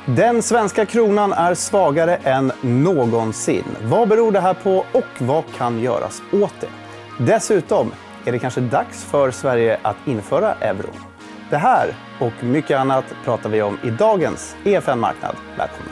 Den svenska kronan är svagare än någonsin. Vad beror det här på och vad kan göras åt det? Dessutom är det kanske dags för Sverige att införa euro. Det här och mycket annat pratar vi om i dagens EFN-marknad. Välkomna!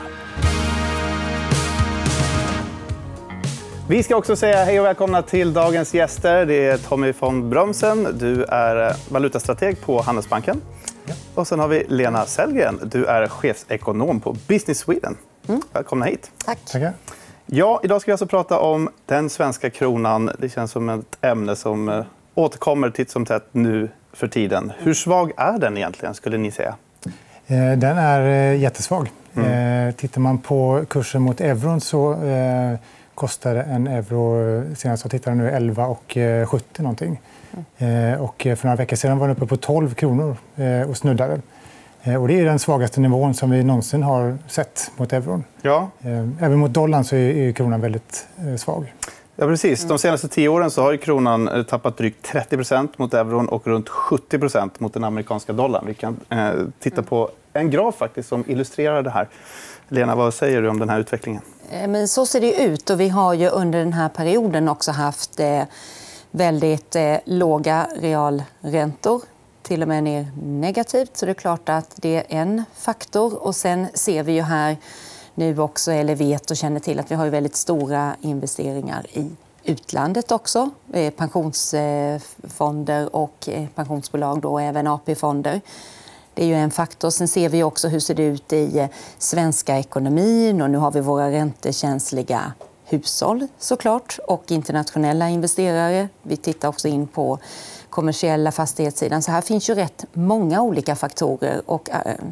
Vi ska också säga hej och välkomna till dagens gäster. Det är Tommy von Brömsen. Du är valutastrateg på Handelsbanken. Ja. Och sen har vi Lena Sellgren. Du är chefsekonom på Business Sweden. Välkomna hit. Tack. Ja, idag ska vi alltså prata om den svenska kronan. Det känns som ett ämne som återkommer titt som tätt nu för tiden. Hur svag är den egentligen, skulle ni säga? Den är jättesvag. Tittar man på kursen mot euron så kostar en euro, senast jag tittade nu, 11,70 någonting. Och för några veckor sedan var den uppe på 12 kronor och snuddade. Och det är den svagaste nivån som vi någonsin har sett mot euron. Ja. Även mot dollarn så är kronan väldigt svag. Ja, precis. De senaste 10 åren så har kronan tappat drygt 30% mot euron och runt 70% mot den amerikanska dollarn. Vi kan titta på en graf faktiskt som illustrerar det här. Lena, vad säger du om den här utvecklingen? Men så ser det ut, och vi har ju under den här perioden också haft väldigt låga realräntor, till och med ner negativt. Så det är klart att det är en faktor. Och sen ser vi ju här nu också, eller vet och känner till, att vi har ju väldigt stora investeringar i utlandet också. Pensionsfonder och pensionsbolag då, även AP-fonder. Det är ju en faktor. Sen ser vi också hur det ser ut i svenska ekonomin, och nu har vi våra räntekänsliga hushåll såklart och internationella investerare. Vi tittar också in på kommersiella fastighetssidan. Så här finns ju rätt många olika faktorer och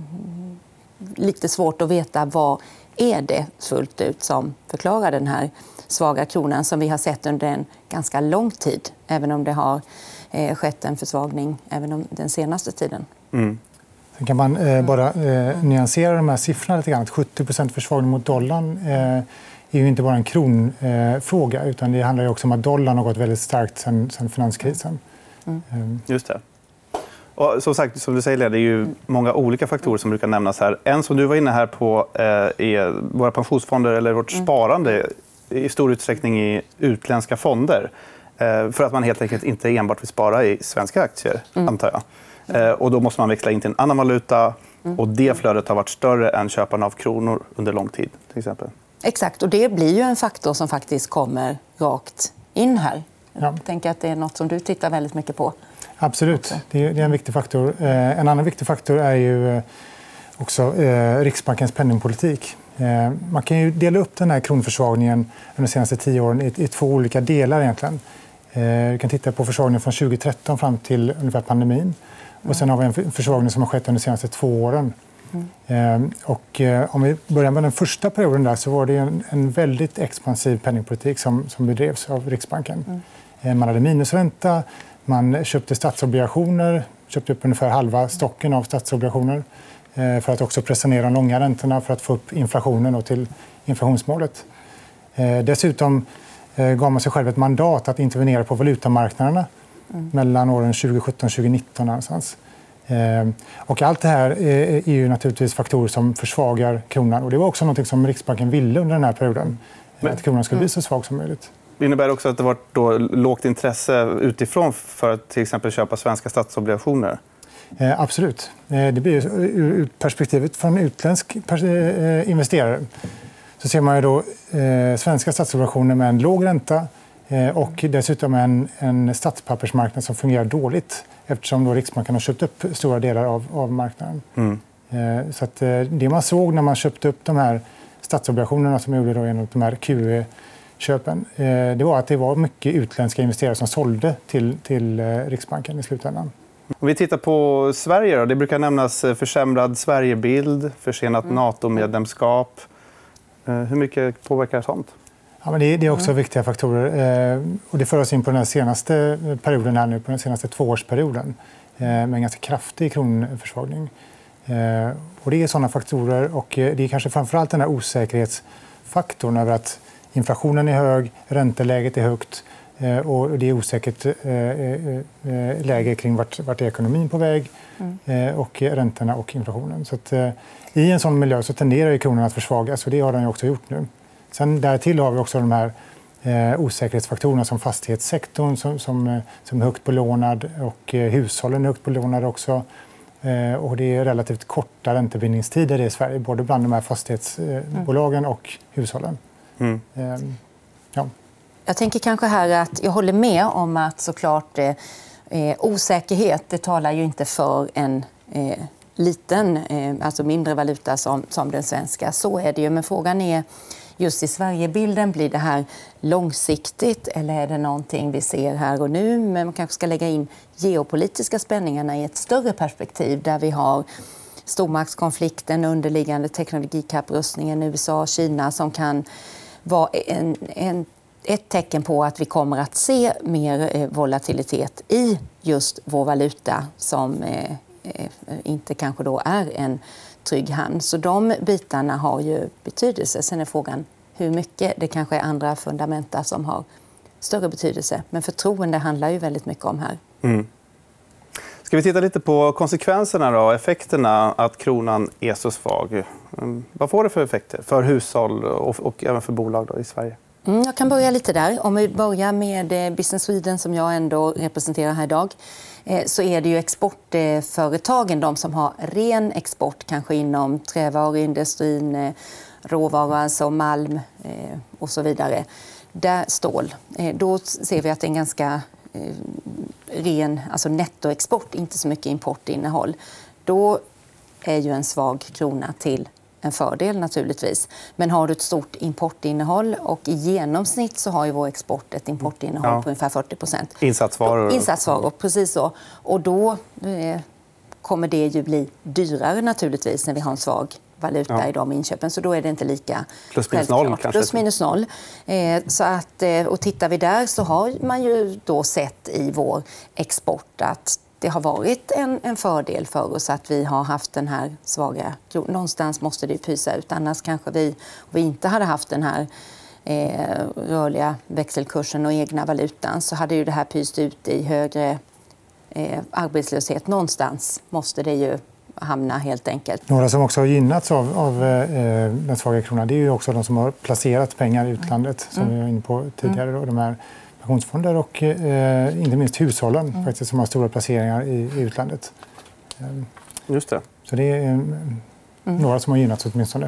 lite svårt att veta vad är det fullt ut som förklarar den här svaga kronan som vi har sett under en ganska lång tid, även om det har skett en försvagning även om den senaste tiden. Sen kan man bara nyansera de här siffrorna lite grann. 70% försvagning mot dollarn är ju inte bara en kronfråga, utan det handlar ju också om att dollarn har gått väldigt starkt sedan finanskrisen. Just det. Och som sagt, som du säger, det är ju många olika faktorer som brukar nämnas här. En som du var inne här på är våra pensionsfonder eller vårt sparande i stor utsträckning i utländska fonder. För att man helt enkelt inte enbart vill spara i svenska aktier, antar jag. Och då måste man växla in till en annan valuta, och det flödet har varit större än köparna av kronor under lång tid, till exempel. Exakt, och det blir ju en faktor som faktiskt kommer rakt in här. Jag tänker att det är något som du tittar väldigt mycket på. Absolut, det är en viktig faktor. En annan viktig faktor är ju också Riksbankens penningpolitik. Man kan ju dela upp den här kronförsvagningen under de senaste 10 åren i 2 olika delar egentligen. Vi kan titta på försvagningen från 2013 fram till ungefär pandemin. Och sen har vi en försvagning som har skett under de senaste 2 åren. Och om vi börjar med den första perioden där, så var det en väldigt expansiv penningpolitik som bedrevs av Riksbanken. Man hade minusränta, man köpte statsobligationer, köpte upp ungefär halva stocken av statsobligationer för att också pressa ner de långa räntorna för att få upp inflationen och till inflationsmålet. Dessutom gav man sig själv ett mandat att intervenera på valutamarknaderna mellan åren 2017 och 2019 någonstans. Och allt det här är ju naturligtvis faktorer som försvagar kronan. Och det var också något som Riksbanken ville under den här perioden. Att kronan skulle bli så svag som möjligt. Det innebär också att det var då lågt intresse utifrån för att till exempel köpa svenska statsobligationer? Absolut. Det blir ur perspektivet från utländsk investerare. Så ser man ju då svenska statsobligationer med en låg ränta och dessutom en statspappersmarknad som fungerar dåligt, eftersom då Riksbanken har köpt upp stora delar av marknaden. Så att det man såg när man köpte upp de här statsobligationerna som gjorde då genom de här QE-köpen, det var att det var mycket utländska investerare som sålde till Riksbanken i slutändan. Om vi tittar på Sverige då, det brukar nämnas försämrad Sverigebild, försenat NATO-medlemskap. Hur mycket påverkar sånt? Ja, men det är också viktiga faktorer. Och det för oss in på den här senaste perioden här nu, på den senaste 2-årsperioden med en ganska kraftig kronförsvagning. Och det är sådana faktorer, och det är kanske framförallt den här osäkerhetsfaktorn över att inflationen är hög, ränteläget är högt. Och det är osäkert läge kring vart är ekonomin på väg och räntorna och inflationen. Så att, i en sån miljö så tenderar ju kronan att försvagas och det har den ju också gjort nu. Sen därtill har vi också de här osäkerhetsfaktorerna som fastighetssektorn som är högt belånad och hushållen är högt belånade också. Och det är relativt korta räntebindningstider i Sverige, både bland de här fastighetsbolagen och hushållen. Ja. Jag tänker kanske här att jag håller med om att såklart osäkerhet, det talar ju inte för en liten, alltså mindre valuta som den svenska. Så är det ju, men frågan är just i Sverigebilden, blir det här långsiktigt eller är det någonting vi ser här och nu? Men man kanske ska lägga in geopolitiska spänningarna i ett större perspektiv där vi har stormaktskonflikten, underliggande teknologikapprustningen, USA och Kina som kan vara ett tecken på att vi kommer att se mer volatilitet i just vår valuta som inte kanske då är en trygg hand. Så de bitarna har ju betydelse. Sen är frågan hur mycket. Det kanske är andra fundamenta som har större betydelse. Men förtroende handlar ju väldigt mycket om här. Ska vi titta lite på konsekvenserna då, effekterna att kronan är så svag? Vad får det för effekter för hushåll och även för bolag då i Sverige? Jag kan börja lite där. Om vi börjar med Business Sweden som jag ändå representerar här idag, så är det ju exportföretagen, de som har ren export, kanske inom trävaruindustrin, råvaror, alltså malm och så vidare. Där stål. Då ser vi att det är en ganska ren, alltså nettoexport, inte så mycket importinnehåll. Då är ju en svag krona till en fördel naturligtvis. Men har du ett stort importinnehåll och i genomsnitt så har ju vår export ett importinnehåll på ungefär 40%. Insatsvaror. Insatsvaror, precis så. Och då kommer det ju bli dyrare naturligtvis när vi har en svag valuta i de inköpen. Så då är det inte lika plus minus noll kanske. Plus minus noll. Så att, och tittar vi där så har man ju då sett i vår export att det har varit en fördel för oss att vi har haft den här svaga... Någonstans måste det pysa ut. Annars kanske vi inte hade haft den här rörliga växelkursen och egna valutan så hade ju det här pyst ut i högre arbetslöshet. Någonstans måste det ju hamna helt enkelt. Några som också har gynnats av den svaga kronan, det är ju också de som har placerat pengar i utlandet som vi var inne på tidigare. Då, de här pensionsfonder och inte minst hushållen faktiskt, som har stora placeringar i utlandet. Just det. Så det är några som har gynnats åtminstone.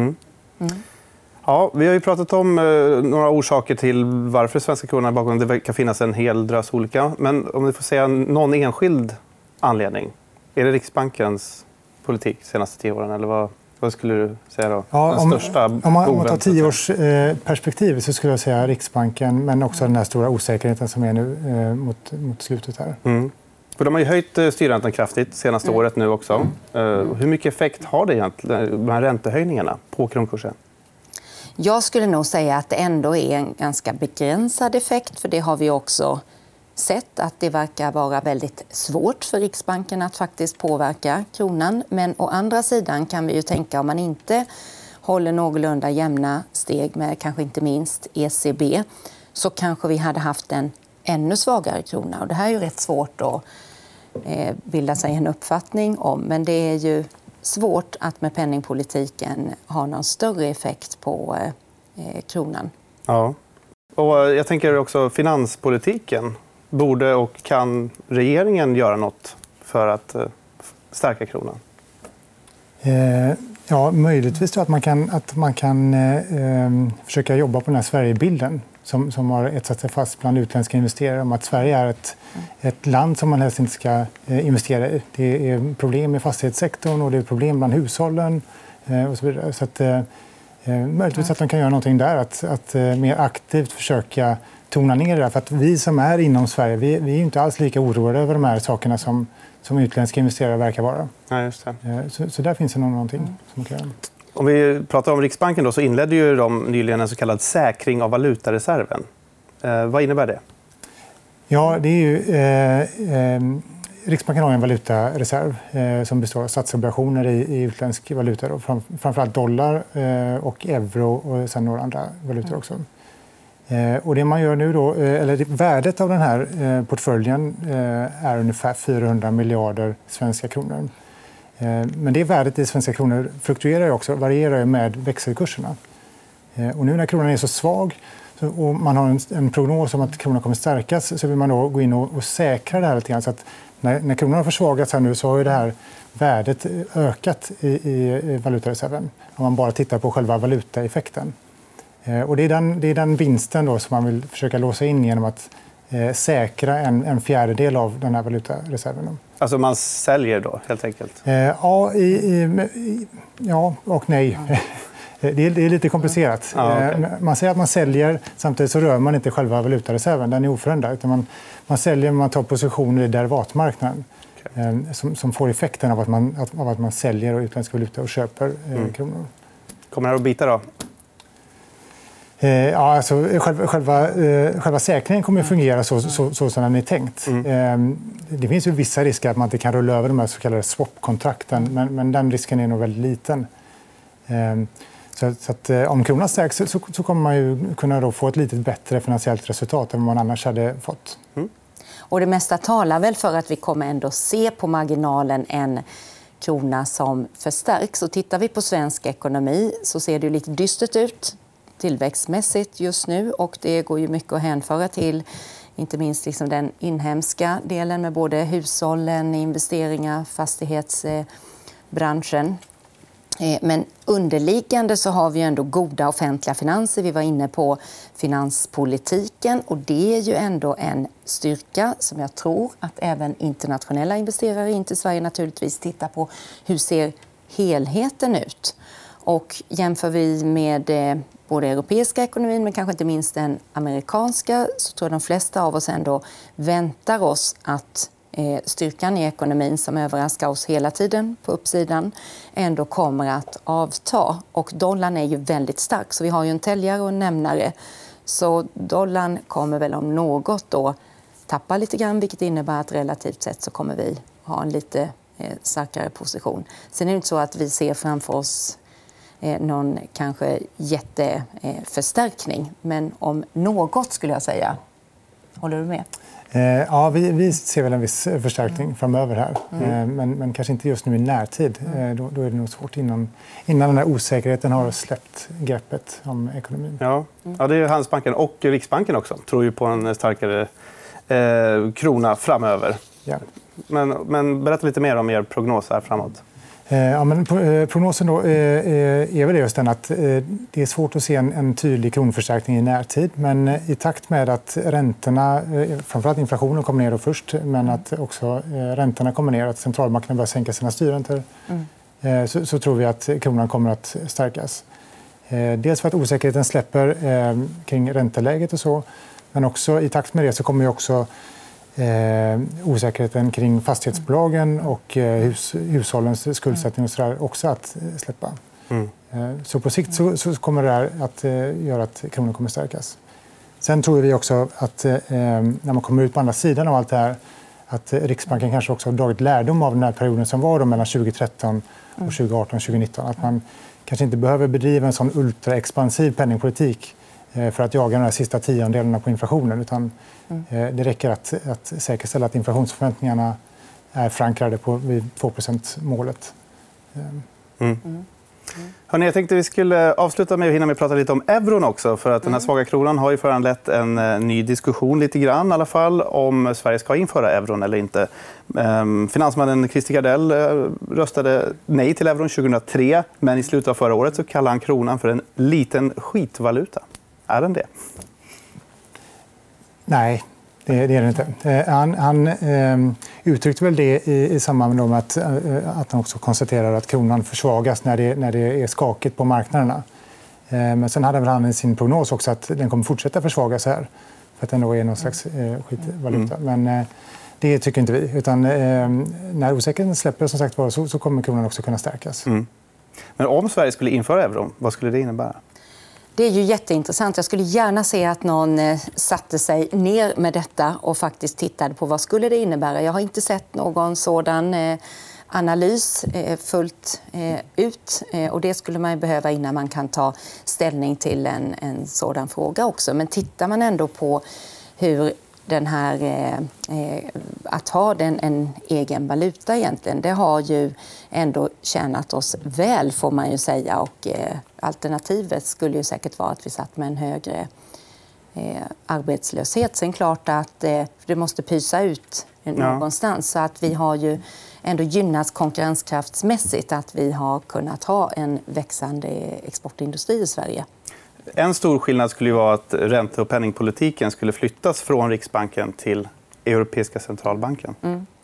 Ja, vi har ju pratat om några orsaker till varför svenska kronan är bakom. Det kan finnas en hel drös olika. Men om vi får säga någon enskild anledning. Är det Riksbankens politik de senaste 10 åren? Eller vad skulle du säga då? Ja, den största om man tar 10 års perspektiv så skulle jag säga Riksbanken, men också den här stora osäkerheten som är nu mot slutet här. För de har ju höjt styrräntan kraftigt senaste året nu också. Hur mycket effekt har det egentligen, de här räntehöjningarna på kronkursen? Jag skulle nog säga att det ändå är en ganska begränsad effekt, för det har vi också sett att det verkar vara väldigt svårt för Riksbanken att faktiskt påverka kronan. Men å andra sidan kan vi ju tänka, om man inte håller någorlunda jämna steg med kanske inte minst ECB, så kanske vi hade haft en ännu svagare krona. Och det här är ju rätt svårt att bilda sig en uppfattning om, men det är ju svårt att med penningpolitiken ha någon större effekt på kronan. Ja. Och jag tänker också finanspolitiken. Borde och kan regeringen göra något för att stärka kronan? Ja, möjligtvis då att man kan försöka jobba på den här Sverigebilden som har etsat sig fast bland utländska investerare om att Sverige är ett land som man helst inte ska investera i. Det är problem med fastighetssektorn och det är problem bland hushållen och så vidare. Så att, möjligtvis att de kan göra någonting där, att mer aktivt försöka tona ner det. För att vi som är inom Sverige, vi är inte alls lika oroade över de här sakerna som utländska investerare verkar vara. Ja, just det. Så där finns det någonting som man kan göra. Om vi pratar om Riksbanken då, så inledde ju de nyligen en så kallad säkring av valutareserven. Vad innebär det? Ja, det är ju... Riksbanken har en valutareserv som består av statsobligationer i utländsk valuta. Då, framförallt dollar och euro och sen några andra valutor också. Och det man gör nu då, eller värdet av den här portföljen är ungefär 400 miljarder svenska kronor. Men det värdet i svenska kronor fluktuerar också, varierar med växelkurserna. Och nu när kronan är så svag och man har en prognos om att kronan kommer stärkas, så vill man då gå in och säkra det här lite grann. Så att när kronan har försvagats här nu, så har ju det här värdet ökat i valutareserven. Om man bara tittar på själva valutaeffekten. Och det är den vinsten då som man vill försöka låsa in genom att säkra en fjärdedel av den här valutareserven. Alltså man säljer då, helt enkelt? Ja och nej. Det är lite komplicerat. Okay. Man säger att man säljer, samtidigt så rör man inte själva valutareserven. Den är oförändrad. Utan man säljer, man tar positioner i derivatmarknaden. Okay. Som får effekten av att man säljer utländsk valuta och köper kronor. Kommer det att bita då? Ja, alltså, själva säkringen kommer att fungera så som den är tänkt. Det finns ju vissa risker att man inte kan rulla över de här så kallade swap-kontrakten. Men den risken är nog väldigt liten. Så att, om kronan stärks så kommer man ju kunna då få ett lite bättre finansiellt resultat än vad man annars hade fått. Och det mesta talar väl för att vi kommer ändå se på marginalen en krona som förstärks. Och tittar vi på svensk ekonomi så ser det ju lite dystert ut tillväxtmässigt just nu. Och det går ju mycket att hänföra till inte minst liksom den inhemska delen med både hushållen, investeringar, fastighetsbranschen. Men underliggande så har vi ändå goda offentliga finanser. Vi var inne på finanspolitiken och det är ju ändå en styrka som jag tror att även internationella investerare in till Sverige naturligtvis tittar på. Hur ser helheten ut? Och jämför vi med både europeiska ekonomin men kanske inte minst den amerikanska, så tror jag de flesta av oss ändå väntar oss att styrkan i ekonomin som överraskar oss hela tiden på uppsidan ändå kommer att avta. Och dollarn är ju väldigt stark, så vi har ju en täljare och en nämnare. Så dollarn kommer väl om något då tappa lite grann, vilket innebär att relativt sett så kommer vi ha en lite starkare position. Sen är det inte så att vi ser framför oss någon kanske jätteförstärkning, men om något skulle jag säga. Håller du med? Ja, vi ser väl en viss förstärkning framöver här. Men kanske inte just nu i närtid. Då är det nog svårt innan den här osäkerheten har släppt greppet om ekonomin. Ja, det är Handelsbanken och Riksbanken också. Tror ju på en starkare krona framöver. Ja. Men berätta lite mer om er prognos här framåt. Ja, men prognosen då är väl just den att det är svårt att se en tydlig kronförstärkning i närtid. Men i takt med att räntorna, framförallt inflationen kommer ner då först, men att också räntorna kommer ner, att centralbankerna börjar sänka sina styrräntor, så tror vi att kronan kommer att stärkas. Dels för att osäkerheten släpper kring ränteläget och så, men också i takt med det så kommer ju också osäkerheten kring fastighetsbolagen och hushållens skuldsättning och så där också att släppa. Så på sikt så kommer det här att göra att kronan kommer stärkas. Sen tror vi också att när man kommer ut på andra sidan av allt det här, att Riksbanken kanske också har dragit lärdom av den här perioden som var då mellan 2013 och 2018-2019. Att man kanske inte behöver bedriva en sån ultraexpansiv penningpolitik för att jaga de här sista tiondelarna på inflationen, utan det räcker att säkerställa att inflationsförväntningarna är förankrade vid 2%-målet. Hörrni, jag tänkte vi skulle avsluta med att hinna med att prata lite om euron också. För att den här svaga kronan har ju föranlett en ny diskussion lite grann i alla fall om Sverige ska införa euron eller inte. Finansmannen Christer Gardell röstade nej till euron 2003, men i slutet av förra året så kallade han kronan för en liten skitvaluta. Är den det? Nej, det är det inte. Han uttryckte väl det i samband med att han också konstaterar att kronan försvagas när det är skakigt på marknaderna. Men sen hade väl han i sin prognos också att den kommer fortsätta försvagas här, för att den då är någon slags skitvaluta. Men det tycker inte vi. Utan när osäkerheten släpper som sagt så kommer kronan också kunna stärkas. Men om Sverige skulle införa euron, vad skulle det innebära? Det är ju jätteintressant. Jag skulle gärna se att någon satte sig ner med detta och faktiskt tittade på vad skulle det innebära. Jag har inte sett någon sådan analys fullt ut. Och det skulle man behöva innan man kan ta ställning till en sådan fråga också. Men tittar man ändå på hur den här, att ha en egen valuta egentligen, det har ju ändå tjänat oss väl får man ju säga. Och alternativet skulle ju säkert vara att vi satt med en högre arbetslöshet. Sen klart att det måste pysa ut någonstans. Så att vi har ju ändå gynnats konkurrenskraftsmässigt att vi har kunnat ha en växande exportindustri i Sverige. En stor skillnad skulle ju vara att ränte- och penningpolitiken skulle flyttas från Riksbanken till Europeiska centralbanken.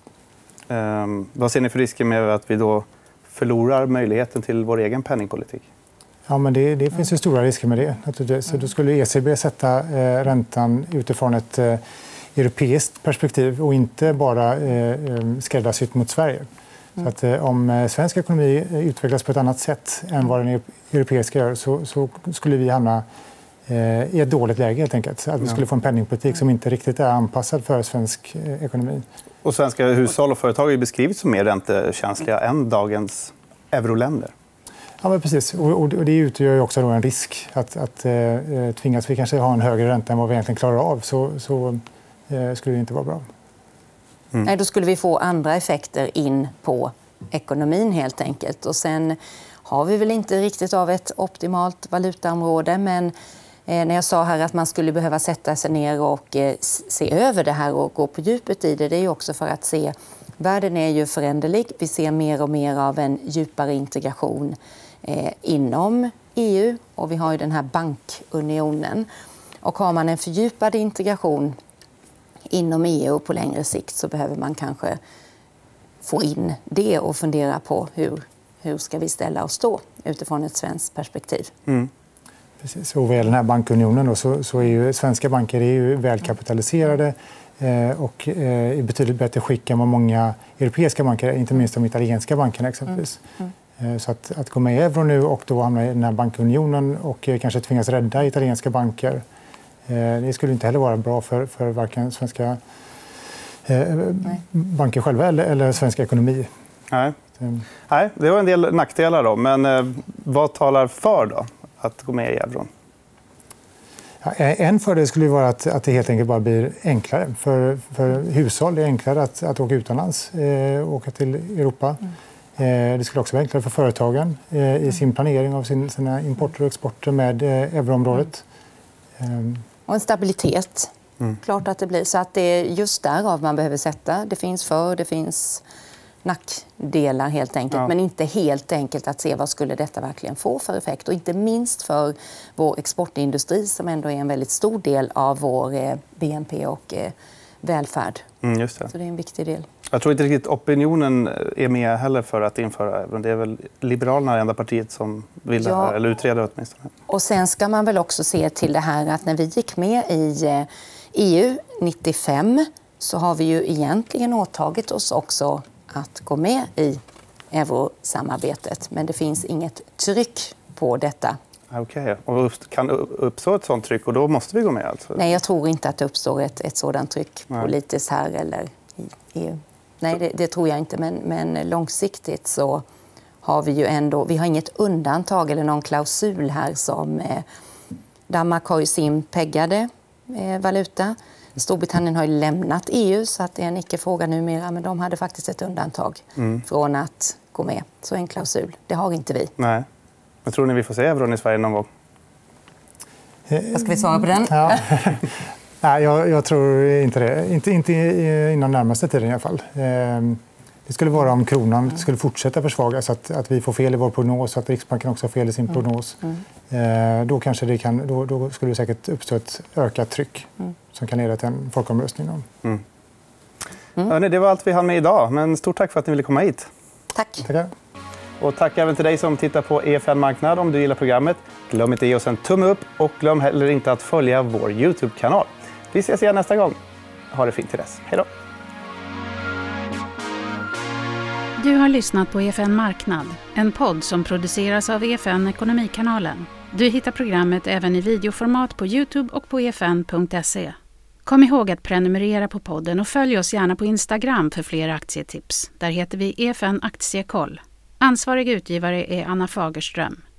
Vad ser ni för risker med att vi då förlorar möjligheten till vår egen penningpolitik? Ja, men det finns ju stora risker med det. Så då skulle ECB sätta räntan utifrån ett europeiskt perspektiv och inte bara skräddarsytt mot Sverige. Så att, om svensk ekonomi utvecklas på ett annat sätt än vad den europeiska gör så skulle vi hamna i ett dåligt läge helt enkelt. Att vi skulle få en penningpolitik som inte riktigt är anpassad för svensk ekonomi. Och svenska hushåll och företag har ju beskrivits som mer räntekänsliga än dagens euroländer. Ja, men precis. Och det utgör ju också då en risk att tvingas vi kanske ha en högre ränta än vad vi egentligen klarar av så skulle det inte vara bra. Nej, då skulle vi få andra effekter in på ekonomin helt enkelt. Och sen har vi väl inte riktigt av ett optimalt valutaområde, men när jag sa här att man skulle behöva sätta sig ner och se över det här och gå på djupet i det, det är ju också för att se världen är ju föränderlig. Vi ser mer och mer av en djupare integration inom EU och vi har ju den här bankunionen. Och har man en fördjupad integration inom EU på längre sikt så behöver man kanske få in det och fundera på hur ska vi ställa oss då utifrån ett svenskt perspektiv. Precis. Och vad gäller den här bankunionen då, så är ju svenska banker är ju välkapitaliserade och i betydligt bättre skick än vad många europeiska banker, inte minst de italienska bankerna exempelvis. Så att gå med i euro nu och då hamna i den här bankunionen och kanske tvingas rädda italienska banker, det skulle inte heller vara bra för varken svenska banker själva eller svensk ekonomi. Nej, det var en del nackdelar då. Men vad talar för då att gå med i euron? Ja, en fördel skulle vara att det helt enkelt bara blir enklare. För hushåll är det enklare att åka utomlands, åka till Europa. Det skulle också vara enklare för företagen i sin planering av sina importer och exporter med euroområdet. Och en stabilitet. Klart att det blir. Så att det är just därav man behöver sätta. Det finns det finns nackdelar helt enkelt. Ja. Men inte helt enkelt att se vad skulle detta verkligen få för effekt. Och inte minst för vår exportindustri som ändå är en väldigt stor del av vår BNP och välfärd. Just det. Så det är en viktig del. Jag tror inte riktigt opinionen är med heller för att införa euron. Det är väl Liberalerna, det enda partiet som vill det här, eller utreder åtminstone. Och sen ska man väl också se till det här att när vi gick med i EU 95 så har vi ju egentligen åtagit oss också att gå med i eurosamarbetet. Men det finns inget tryck på detta. Okej. Och kan uppstå ett sådant tryck och då måste vi gå med alltså? Nej, jag tror inte att det uppstår ett sådant tryck politiskt här eller i EU. Nej, det tror jag inte. Men långsiktigt så har vi ju ändå... Vi har inget undantag eller någon klausul här som... Danmark har ju sin peggade valuta. Storbritannien har ju lämnat EU så att det är en icke-fråga numera. Men de hade faktiskt ett undantag från att gå med. Så en klausul. Det har inte vi. Nej. Men tror ni vi får se euron i Sverige någon gång? Vad ska vi svara på den? Ja. Nej, jag tror inte det. Inte inom närmaste tiden i alla fall. Det skulle vara om kronan skulle fortsätta försvagas, att vi får fel i vår prognos och att Riksbanken också har fel i sin prognos. Då kanske då skulle det säkert uppstå ett ökat tryck som kan leda till en folkomröstning. Hörrni, det var allt vi hann med idag, men stort tack för att ni ville komma hit. Tack. Tackar. Och tack även till dig som tittar på EFN Marknad. Om du gillar programmet, glöm inte att ge oss en tumme upp och glöm heller inte att följa vår YouTube-kanal. Vi ses igen nästa gång. Ha det fint till dess. Hej då! Du har lyssnat på EFN Marknad, en podd som produceras av EFN Ekonomikanalen. Du hittar programmet även i videoformat på YouTube och på efn.se. Kom ihåg att prenumerera på podden och följ oss gärna på Instagram för fler aktietips. Där heter vi EFN Aktiekoll. Ansvarig utgivare är Anna Fagerström.